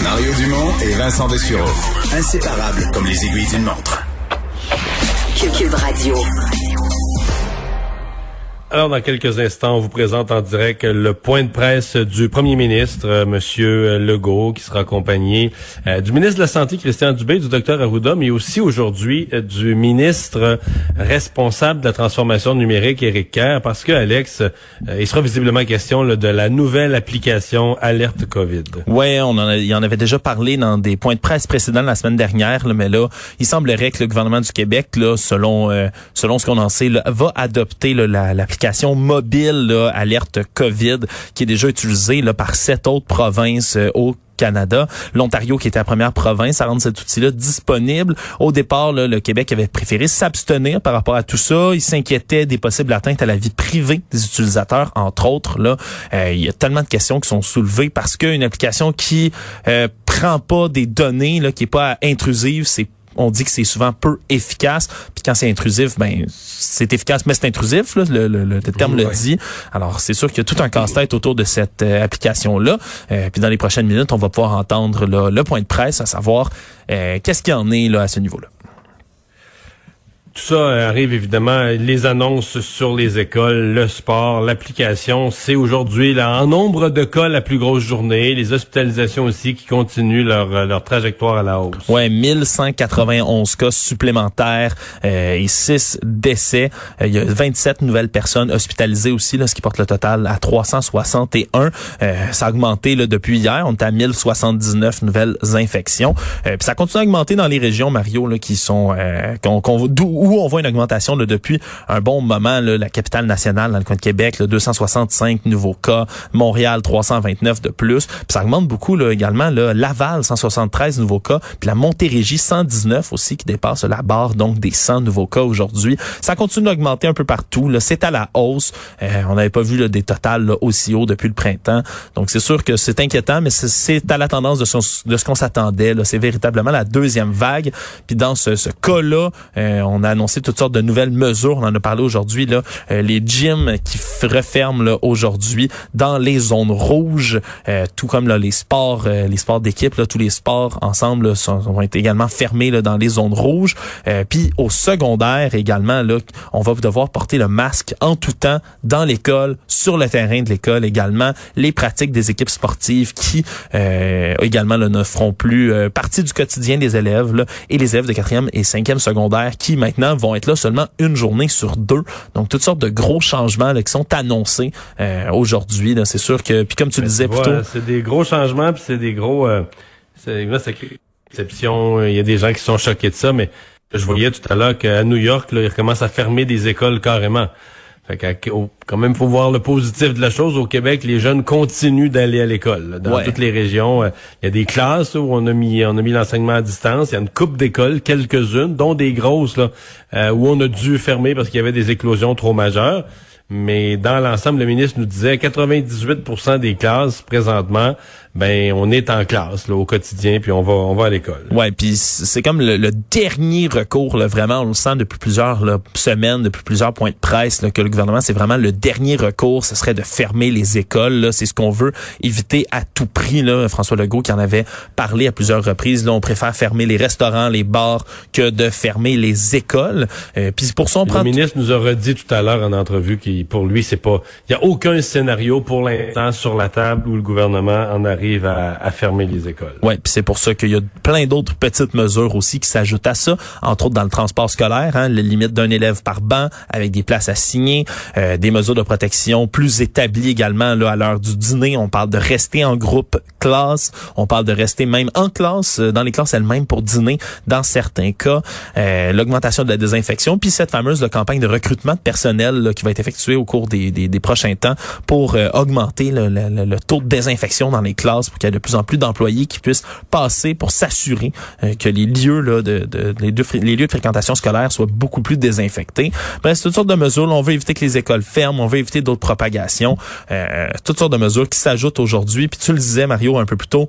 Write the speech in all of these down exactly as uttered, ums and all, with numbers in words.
Mario Dumont et Vincent Dessureau. Inséparables comme les aiguilles d'une montre. Cube Radio. Alors, dans quelques instants, on vous présente en direct le point de presse du premier ministre, euh, Monsieur Legault, qui sera accompagné euh, du ministre de la Santé, Christian Dubé, du docteur Arruda, mais aussi aujourd'hui euh, du ministre responsable de la transformation numérique, Éric Kerr, parce que, Alex, euh, il sera visiblement question là, de la nouvelle application Alerte COVID. Ouais, on en a, il en avait déjà parlé dans des points de presse précédents la semaine dernière, là, mais là, il semblerait que le gouvernement du Québec, là, selon euh, selon ce qu'on en sait, là, va adopter là, la, l'application mobile là, Alerte COVID qui est déjà utilisée là, par sept autres provinces euh, au Canada. L'Ontario, qui était la première province à rendre cet outil-là disponible. Au départ, là, le Québec avait préféré s'abstenir par rapport à tout ça. Il s'inquiétait des possibles atteintes à la vie privée des utilisateurs, entre autres. Là, euh, il y a tellement de questions qui sont soulevées parce qu'une application qui euh, prend pas des données, là, qui est pas intrusive, c'est on dit que c'est souvent peu efficace. Puis quand c'est intrusif, ben c'est efficace, mais c'est intrusif, là, le, le, le terme oui, le oui. dit. Alors, c'est sûr qu'il y a tout un casse-tête autour de cette euh, application-là. Euh, puis dans les prochaines minutes, on va pouvoir entendre là, le point de presse, à savoir euh, qu'est-ce qu'il y en est là, à ce niveau-là. Tout ça arrive évidemment, les annonces sur les écoles, le sport, l'application. C'est aujourd'hui, là, en nombre de cas, la plus grosse journée. Les hospitalisations aussi qui continuent leur, leur trajectoire à la hausse. Ouais, mille cent quatre-vingt-onze cas supplémentaires euh, et six décès. Euh, il y a vingt-sept nouvelles personnes hospitalisées aussi, là, ce qui porte le total à trois cent soixante et un. Euh, ça a augmenté là, depuis hier. On est à mille soixante-dix-neuf nouvelles infections. Euh, puis ça continue à augmenter dans les régions, Mario, là, qui sont euh, qu'on, qu'on d'où où on voit une augmentation là, depuis un bon moment. Là, la capitale nationale, dans le coin de Québec, là, deux cent soixante-cinq nouveaux cas. Montréal, trois cent vingt-neuf de plus. Puis ça augmente beaucoup là, également. Là, Laval, cent soixante-treize nouveaux cas. Puis la Montérégie, cent dix-neuf aussi, qui dépasse la barre donc des cent nouveaux cas aujourd'hui. Ça continue d'augmenter un peu partout. Là, c'est à la hausse. Euh, on n'avait pas vu là, des totals là, aussi hauts depuis le printemps. Donc c'est sûr que c'est inquiétant, mais c'est, c'est à la tendance de ce, de ce qu'on s'attendait. Là. C'est véritablement la deuxième vague. Puis dans ce, ce cas-là, euh, on a annoncé toutes sortes de nouvelles mesures. On en a parlé aujourd'hui, là, euh, les gyms qui f- referment là, aujourd'hui dans les zones rouges, euh, tout comme là, les sports, euh, les sports d'équipe, là, tous les sports ensemble là, sont, vont être également fermés là, dans les zones rouges. Euh, puis au secondaire également, là, on va devoir porter le masque en tout temps dans l'école, sur le terrain de l'école également. Les pratiques des équipes sportives qui euh, également là, ne feront plus euh, partie du quotidien des élèves là, et les élèves de quatrième et cinquième secondaire qui maintenant vont être là seulement une journée sur deux. Donc, toutes sortes de gros changements là, qui sont annoncés euh, aujourd'hui. Là. C'est sûr que, puis comme tu le disais tu plus tôt... vois, c'est des gros changements, puis c'est des gros... Euh, c'est, là, c'est exception. Il y a des gens qui sont choqués de ça, mais je voyais tout à l'heure qu'à New York, là, ils recommencent à fermer des écoles carrément. Fait qu'à, au, quand même, faut voir le positif de la chose. Au Québec, les jeunes continuent d'aller à l'école. Là. Dans ouais. toutes les régions, il euh, y a des classes où on a mis on a mis l'enseignement à distance. Il y a une couple d'écoles, quelques-unes, dont des grosses là, euh, où on a dû fermer parce qu'il y avait des éclosions trop majeures. Mais dans l'ensemble, le ministre nous disait quatre-vingt-dix-huit pour cent des classes présentement, ben on est en classe là, au quotidien, puis on va on va à l'école. Ouais, puis c'est comme le, le dernier recours là, vraiment on le sent depuis plusieurs là, semaines, depuis plusieurs points de presse là, que le gouvernement c'est vraiment le dernier recours, ce serait de fermer les écoles là, c'est ce qu'on veut éviter à tout prix là. François Legault qui en avait parlé à plusieurs reprises là, on préfère fermer les restaurants, les bars que de fermer les écoles. Euh, puis pour ça on le prend Le ministre nous a redit tout à l'heure en entrevue qu'il pour lui c'est pas il y a aucun scénario pour l'instant sur la table où le gouvernement en arrive À, à fermer les écoles. Ouais, puis c'est pour ça qu'il y a plein d'autres petites mesures aussi qui s'ajoutent à ça, entre autres dans le transport scolaire, hein, la limite d'un élève par banc avec des places à signer, euh, des mesures de protection plus établies également là à l'heure du dîner. On parle de rester en groupe classe, on parle de rester même en classe, dans les classes elles-mêmes pour dîner dans certains cas, euh, l'augmentation de la désinfection, puis cette fameuse là, campagne de recrutement de personnel là, qui va être effectuée au cours des, des, des prochains temps pour euh, augmenter le, le, le taux de désinfection dans les classes pour qu'il y ait de plus en plus d'employés qui puissent passer pour s'assurer euh, que les lieux là de, de les, deux, les lieux de fréquentation scolaire soient beaucoup plus désinfectés. Bref, c'est toutes sortes de mesures. Là, on veut éviter que les écoles ferment, on veut éviter d'autres propagations. Euh, toutes sortes de mesures qui s'ajoutent aujourd'hui. Puis tu le disais, Mario, un peu plus tôt,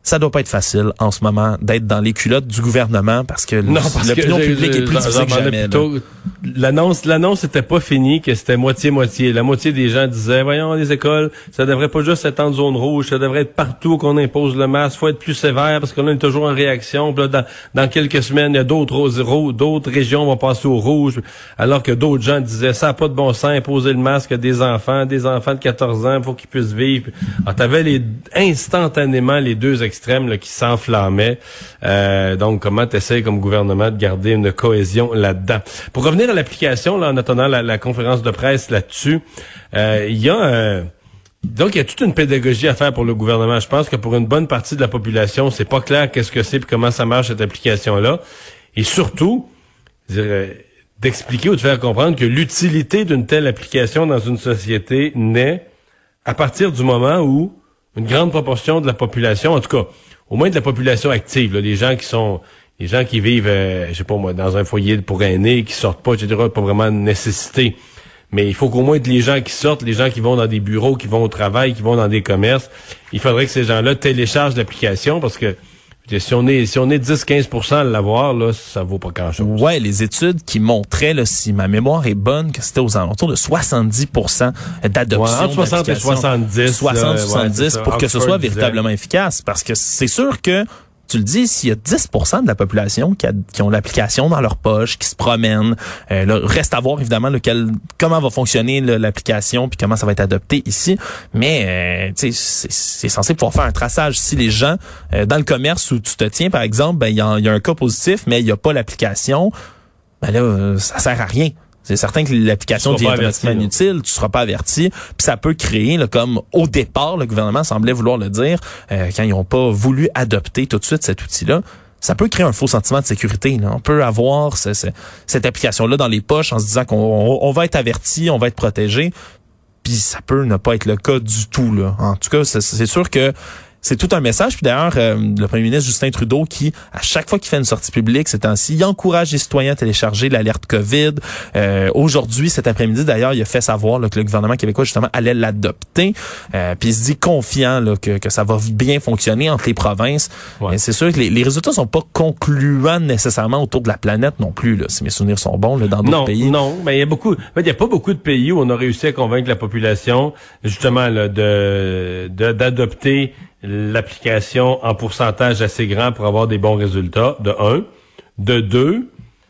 ça doit pas être facile en ce moment d'être dans les culottes du gouvernement parce que non, parce l'opinion que publique je, est plus divisée que jamais. Plutôt, l'annonce, l'annonce était pas finie, que c'était moitié-moitié. La moitié des gens disaient, voyons, les écoles, ça devrait pas juste être en zone rouge, ça devrait être partout qu'on impose le masque, faut être plus sévère parce qu'on est toujours en réaction. Puis là, dans, dans quelques semaines, il y a d'autres, d'autres régions vont passer au rouge, alors que d'autres gens disaient, ça n'a pas de bon sens, imposer le masque à des enfants, des enfants de quatorze ans, faut qu'ils puissent vivre. Alors, t'avais les, instantanément les deux extrêmes là, qui s'enflammaient. Euh, donc, comment t'essayes comme gouvernement de garder une cohésion là-dedans? Pour revenir à l'application, là, en attendant la, la conférence de presse là-dessus, euh, il y a euh, donc il y a toute une pédagogie à faire pour le gouvernement. Je pense que pour une bonne partie de la population, c'est pas clair qu'est-ce que c'est et comment ça marche cette application-là. Et surtout, je dirais, d'expliquer ou de faire comprendre que l'utilité d'une telle application dans une société naît à partir du moment où une grande proportion de la population, en tout cas, au moins de la population active, là, les gens qui sont, les gens qui vivent, euh, je sais pas moi, dans un foyer pour aînés, qui sortent pas, et cetera, pas vraiment de nécessité. Mais il faut qu'au moins les gens qui sortent, les gens qui vont dans des bureaux, qui vont au travail, qui vont dans des commerces, il faudrait que ces gens-là téléchargent l'application parce que si on est si on est dix à quinze pour cent à l'avoir, là, ça vaut pas grand-chose. Ouais, les études qui montraient, là, si ma mémoire est bonne, que c'était aux alentours de soixante-dix pour cent d'adoption. Ouais, entre soixante et soixante-dix. soixante à soixante-dix ouais, pour que ce soit véritablement efficace. Parce que c'est sûr que tu le dis, s'il y a dix pour cent de la population qui, a, qui ont l'application dans leur poche, qui se promènent, euh, là, reste à voir évidemment lequel, comment va fonctionner là, l'application puis comment ça va être adopté ici. Mais euh, tu sais, c'est, c'est censé pouvoir faire un traçage. Si les gens euh, dans le commerce où tu te tiens, par exemple, ben il y, y a un cas positif, mais il n'y a pas l'application, ben là, euh, ça sert à rien. C'est certain que l'application devient automatiquement inutile, tu seras pas averti, puis ça peut créer, là, comme au départ, le gouvernement semblait vouloir le dire, euh, quand ils n'ont pas voulu adopter tout de suite cet outil-là, ça peut créer un faux sentiment de sécurité. Là. On peut avoir ce, ce, cette application-là dans les poches en se disant qu'on on, on va être averti, on va être protégé, puis ça peut ne pas être le cas du tout. Là. En tout cas, c'est, c'est sûr que c'est tout un message. Puis d'ailleurs, euh, le premier ministre Justin Trudeau, qui, à chaque fois qu'il fait une sortie publique ces temps-ci, il encourage les citoyens à télécharger l'alerte COVID. Euh, aujourd'hui, cet après-midi, d'ailleurs, il a fait savoir là, que le gouvernement québécois, justement, allait l'adopter. Euh, puis il se dit confiant là, que, que ça va bien fonctionner entre les provinces. Ouais. Et c'est sûr que les, les résultats sont pas concluants nécessairement autour de la planète non plus, là, si mes souvenirs sont bons, là, dans d'autres non, pays. Non, mais il y a beaucoup... En fait, il y a pas beaucoup de pays où on a réussi à convaincre la population, justement, là, de, de d'adopter l'application en pourcentage assez grand pour avoir des bons résultats, de un. De deux,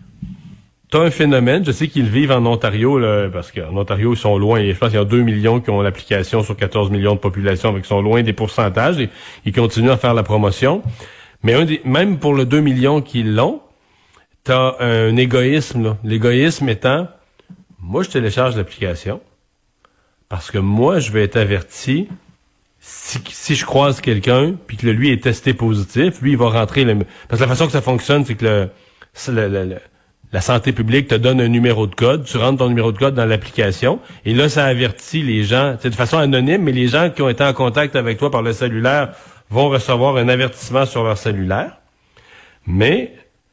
t'as un phénomène, je sais qu'ils vivent en Ontario, là, parce qu'en Ontario, ils sont loin. Je pense qu'il y a deux millions qui ont l'application sur quatorze millions de population, donc ils sont loin des pourcentages et ils continuent à faire la promotion. Mais un des, même pour le deux millions qui l'ont, t'as un égoïsme, là. L'égoïsme étant, moi, je télécharge l'application parce que moi, je vais être averti. Si, si je croise quelqu'un, puis que lui est testé positif, lui, il va rentrer... Le, parce que la façon que ça fonctionne, c'est que le, le, le, le, la santé publique te donne un numéro de code, tu rentres ton numéro de code dans l'application, et là, ça avertit les gens, c'est de façon anonyme, mais les gens qui ont été en contact avec toi par le cellulaire vont recevoir un avertissement sur leur cellulaire. Mais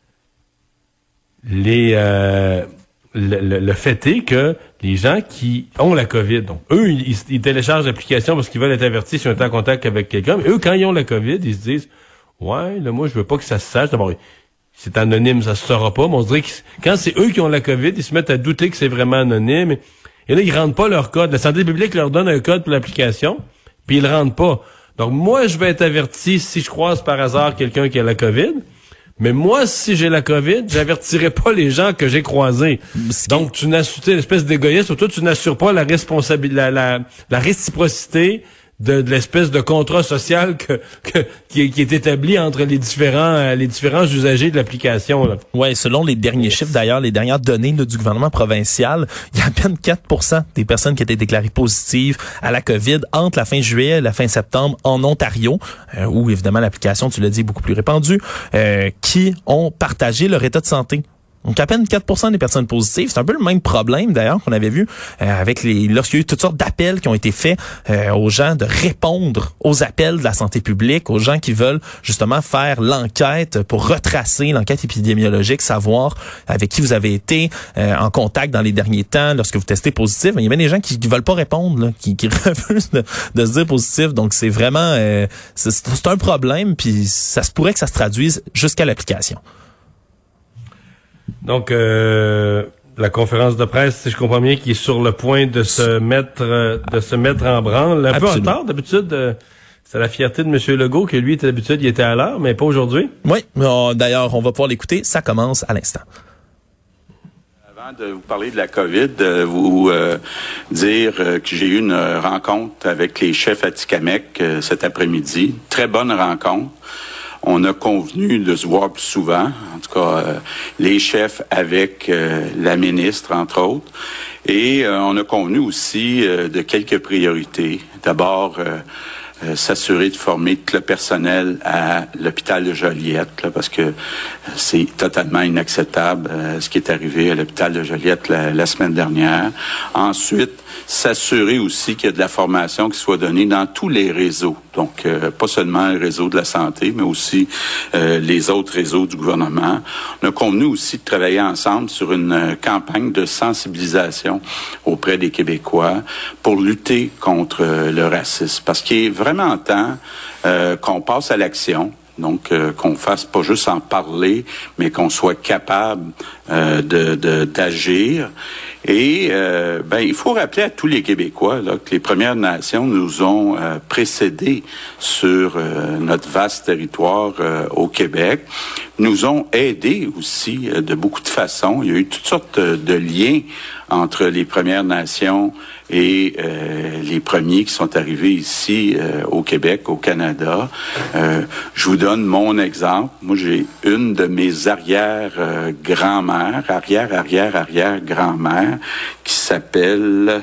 les... Euh, Le, le, le fait est que les gens qui ont la COVID, donc eux, ils, ils téléchargent l'application parce qu'ils veulent être avertis s'ils ont été en contact avec quelqu'un, mais eux, quand ils ont la COVID, ils se disent « Ouais, là, moi, je veux pas que ça se sache. » D'abord, c'est anonyme, ça se saura pas, mais on se dirait que quand c'est eux qui ont la COVID, ils se mettent à douter que c'est vraiment anonyme. Et là, ils rentrent pas leur code. La santé publique leur donne un code pour l'application, puis ils le rentrent pas. Donc, moi, je vais être averti si je croise par hasard quelqu'un qui a la COVID. Mais moi, si j'ai la COVID, j'avertirai pas les gens que j'ai croisés. Donc, tu n'assures une espèce d'égoïsme, ou toi, tu n'assures pas la responsabilité, la, la, la réciprocité de, de l'espèce de contrat social que, que qui, qui est établi entre les différents euh, les différents usagers de l'application. Là. Ouais, selon les derniers chiffres d'ailleurs, les dernières données là, du gouvernement provincial, il y a à peine quatre pour cent des personnes qui étaient déclarées positives à la COVID entre la fin juillet et la fin septembre en Ontario, euh, où évidemment l'application, tu l'as dit, est beaucoup plus répandue, euh, qui ont partagé leur état de santé. Donc, à peine quatre pour cent des personnes positives. C'est un peu le même problème, d'ailleurs, qu'on avait vu euh, avec les lorsqu'il y a eu toutes sortes d'appels qui ont été faits euh, aux gens de répondre aux appels de la santé publique, aux gens qui veulent justement faire l'enquête pour retracer l'enquête épidémiologique, savoir avec qui vous avez été euh, en contact dans les derniers temps lorsque vous testez positif. Mais il y a même des gens qui ne veulent pas répondre, là, qui, qui refusent de, de se dire positif. Donc, c'est vraiment... Euh, c'est, c'est un problème, puis ça se pourrait que ça se traduise jusqu'à l'application. Donc, euh, la conférence de presse, si je comprends bien, qui est sur le point de se mettre de se mettre en branle. Un Absolument. peu en retard, d'habitude, euh, c'est la fierté de M. Legault que lui, d'habitude, il était à l'heure, mais pas aujourd'hui. Oui, euh, d'ailleurs, on va pouvoir l'écouter. Ça commence à l'instant. Avant de vous parler de la COVID, de vous euh, dire euh, que j'ai eu une rencontre avec les chefs Atikamekw euh, cet après-midi. Très bonne rencontre. On a convenu de se voir plus souvent, en tout cas euh, les chefs avec euh, la ministre, entre autres. Et euh, on a convenu aussi euh, de quelques priorités. D'abord, euh, euh, s'assurer de former tout le personnel à l'hôpital de Joliette, là, parce que c'est totalement inacceptable euh, ce qui est arrivé à l'hôpital de Joliette la, la semaine dernière. Ensuite, s'assurer aussi qu'il y a de la formation qui soit donnée dans tous les réseaux. Donc, euh, pas seulement le réseau de la santé, mais aussi euh, les autres réseaux du gouvernement. On a convenu aussi de travailler ensemble sur une euh, campagne de sensibilisation auprès des Québécois pour lutter contre euh, le racisme. Parce qu'il est vraiment temps euh, qu'on passe à l'action. Donc, euh, qu'on fasse pas juste en parler, mais qu'on soit capable euh, de, de d'agir. Et euh, ben, il faut rappeler à tous les Québécois là, que les Premières Nations nous ont euh, précédés sur euh, notre vaste territoire euh, au Québec, nous ont aidés aussi euh, de beaucoup de façons. Il y a eu toutes sortes de, de liens entre les Premières Nations et euh, les premiers qui sont arrivés ici euh, au Québec, au Canada. Euh, je vous donne mon exemple. Moi, j'ai une de mes arrière-grand-mères, arrière-arrière-arrière-grand-mère, qui s'appelle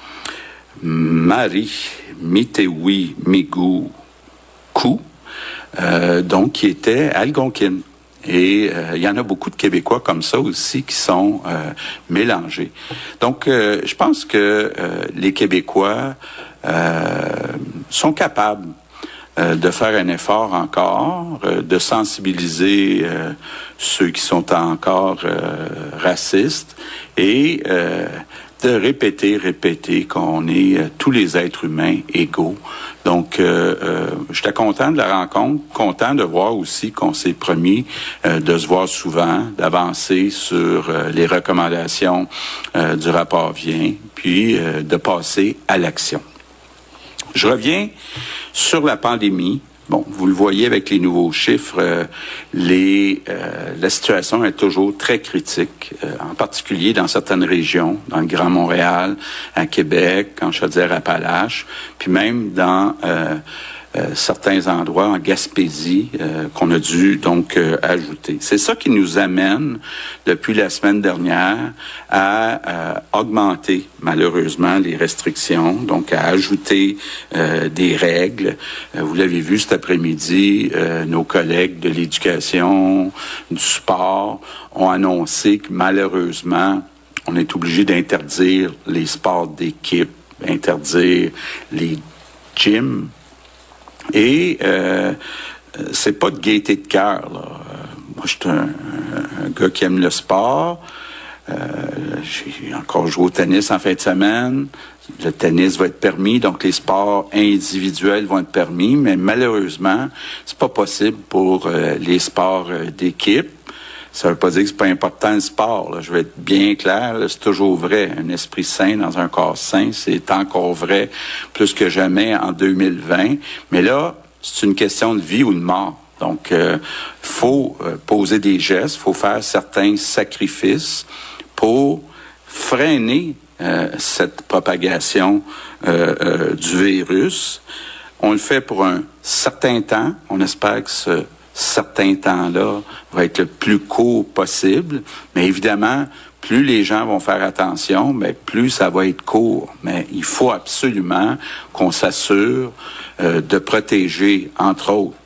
Marie Mitewi Migou Kou, euh, donc qui était algonquine. Et euh, il y en a beaucoup de Québécois comme ça aussi qui sont euh, mélangés. Donc, euh, je pense que euh, les Québécois euh, sont capables euh, de faire un effort encore, euh, de sensibiliser euh, ceux qui sont encore euh, racistes et euh, de répéter, répéter qu'on est euh, tous les êtres humains égaux. Donc, euh, euh, j'étais content de la rencontre, content de voir aussi qu'on s'est promis euh, de se voir souvent, d'avancer sur euh, les recommandations euh, du rapport Vien, puis euh, de passer à l'action. Je reviens sur la pandémie. Bon, vous le voyez avec les nouveaux chiffres, euh, les, euh, la situation est toujours très critique, euh, en particulier dans certaines régions, dans le Grand Montréal, à Québec, en Chaudière-Appalaches, puis même dans euh, euh, certains endroits en Gaspésie euh, qu'on a dû donc euh, ajouter. C'est ça qui nous amène, depuis la semaine dernière, à euh, augmenter malheureusement les restrictions, donc à ajouter euh, des règles. Euh, vous l'avez vu cet après-midi, euh, nos collègues de l'éducation, du sport ont annoncé que malheureusement, on est obligé d'interdire les sports d'équipe, interdire les gyms. Et euh, c'est pas de gaieté de cœur, là. Moi, je suis un, un gars qui aime le sport. Euh, j'ai encore joué au tennis en fin de semaine. Le tennis va être permis, donc les sports individuels vont être permis, mais malheureusement, c'est pas possible pour euh, les sports euh, d'équipe. Ça veut pas dire que c'est pas important le sport, là. Je vais être bien clair, là, c'est toujours vrai. Un esprit sain dans un corps sain, c'est encore vrai plus que jamais en deux mille vingt. Mais là, c'est une question de vie ou de mort. Donc, euh, faut euh, poser des gestes, faut faire certains sacrifices pour freiner euh, cette propagation euh, euh, du virus. On le fait pour un certain temps. On espère que ce certain temps-là va être le plus court possible. Mais évidemment, plus les gens vont faire attention, mais plus ça va être court. Mais il faut absolument qu'on s'assure euh, de protéger, entre autres,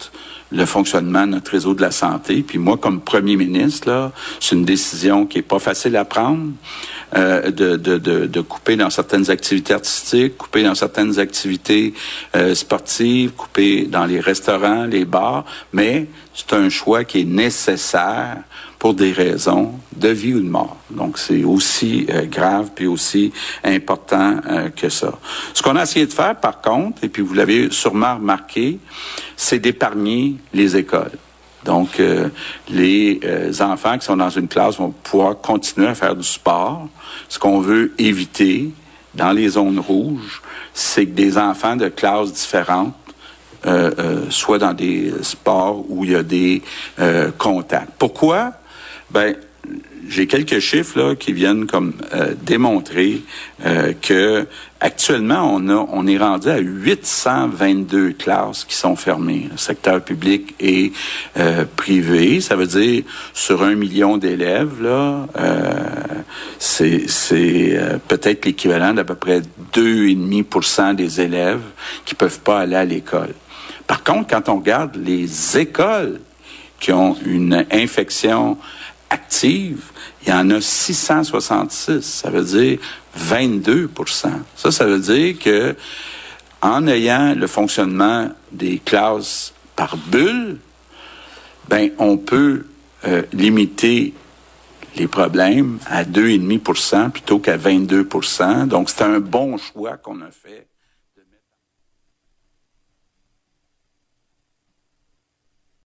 le fonctionnement de notre réseau de la santé. Puis moi, comme premier ministre, là, c'est une décision qui est pas facile à prendre, euh, de, de, de, de couper dans certaines activités artistiques, couper dans certaines activités euh, sportives, couper dans les restaurants, les bars, mais c'est un choix qui est nécessaire pour des raisons de vie ou de mort. Donc, c'est aussi euh, grave puis aussi important euh, que ça. Ce qu'on a essayé de faire, par contre, et puis vous l'avez sûrement remarqué, c'est d'épargner les écoles. Donc, euh, les euh, enfants qui sont dans une classe vont pouvoir continuer à faire du sport. Ce qu'on veut éviter dans les zones rouges, c'est que des enfants de classes différentes euh, euh, soient dans des sports où il y a des euh, contacts. Pourquoi? Ben, j'ai quelques chiffres là qui viennent comme euh, démontrer euh, que actuellement on a on est rendu à huit cent vingt-deux classes qui sont fermées, le secteur public et euh, privé. Ça veut dire sur un million d'élèves là, euh, c'est c'est euh, peut-être l'équivalent d'à peu près deux virgule cinq pour cent des élèves qui peuvent pas aller à l'école. Par contre, quand on regarde les écoles qui ont une infection active, il y en a six cent soixante-six. Ça veut dire vingt-deux pour cent. Ça, ça veut dire que en ayant le fonctionnement des classes par bulle, ben on peut euh, limiter les problèmes à deux virgule cinq pour cent plutôt qu'à vingt-deux pour cent. Donc, c'est un bon choix qu'on a fait.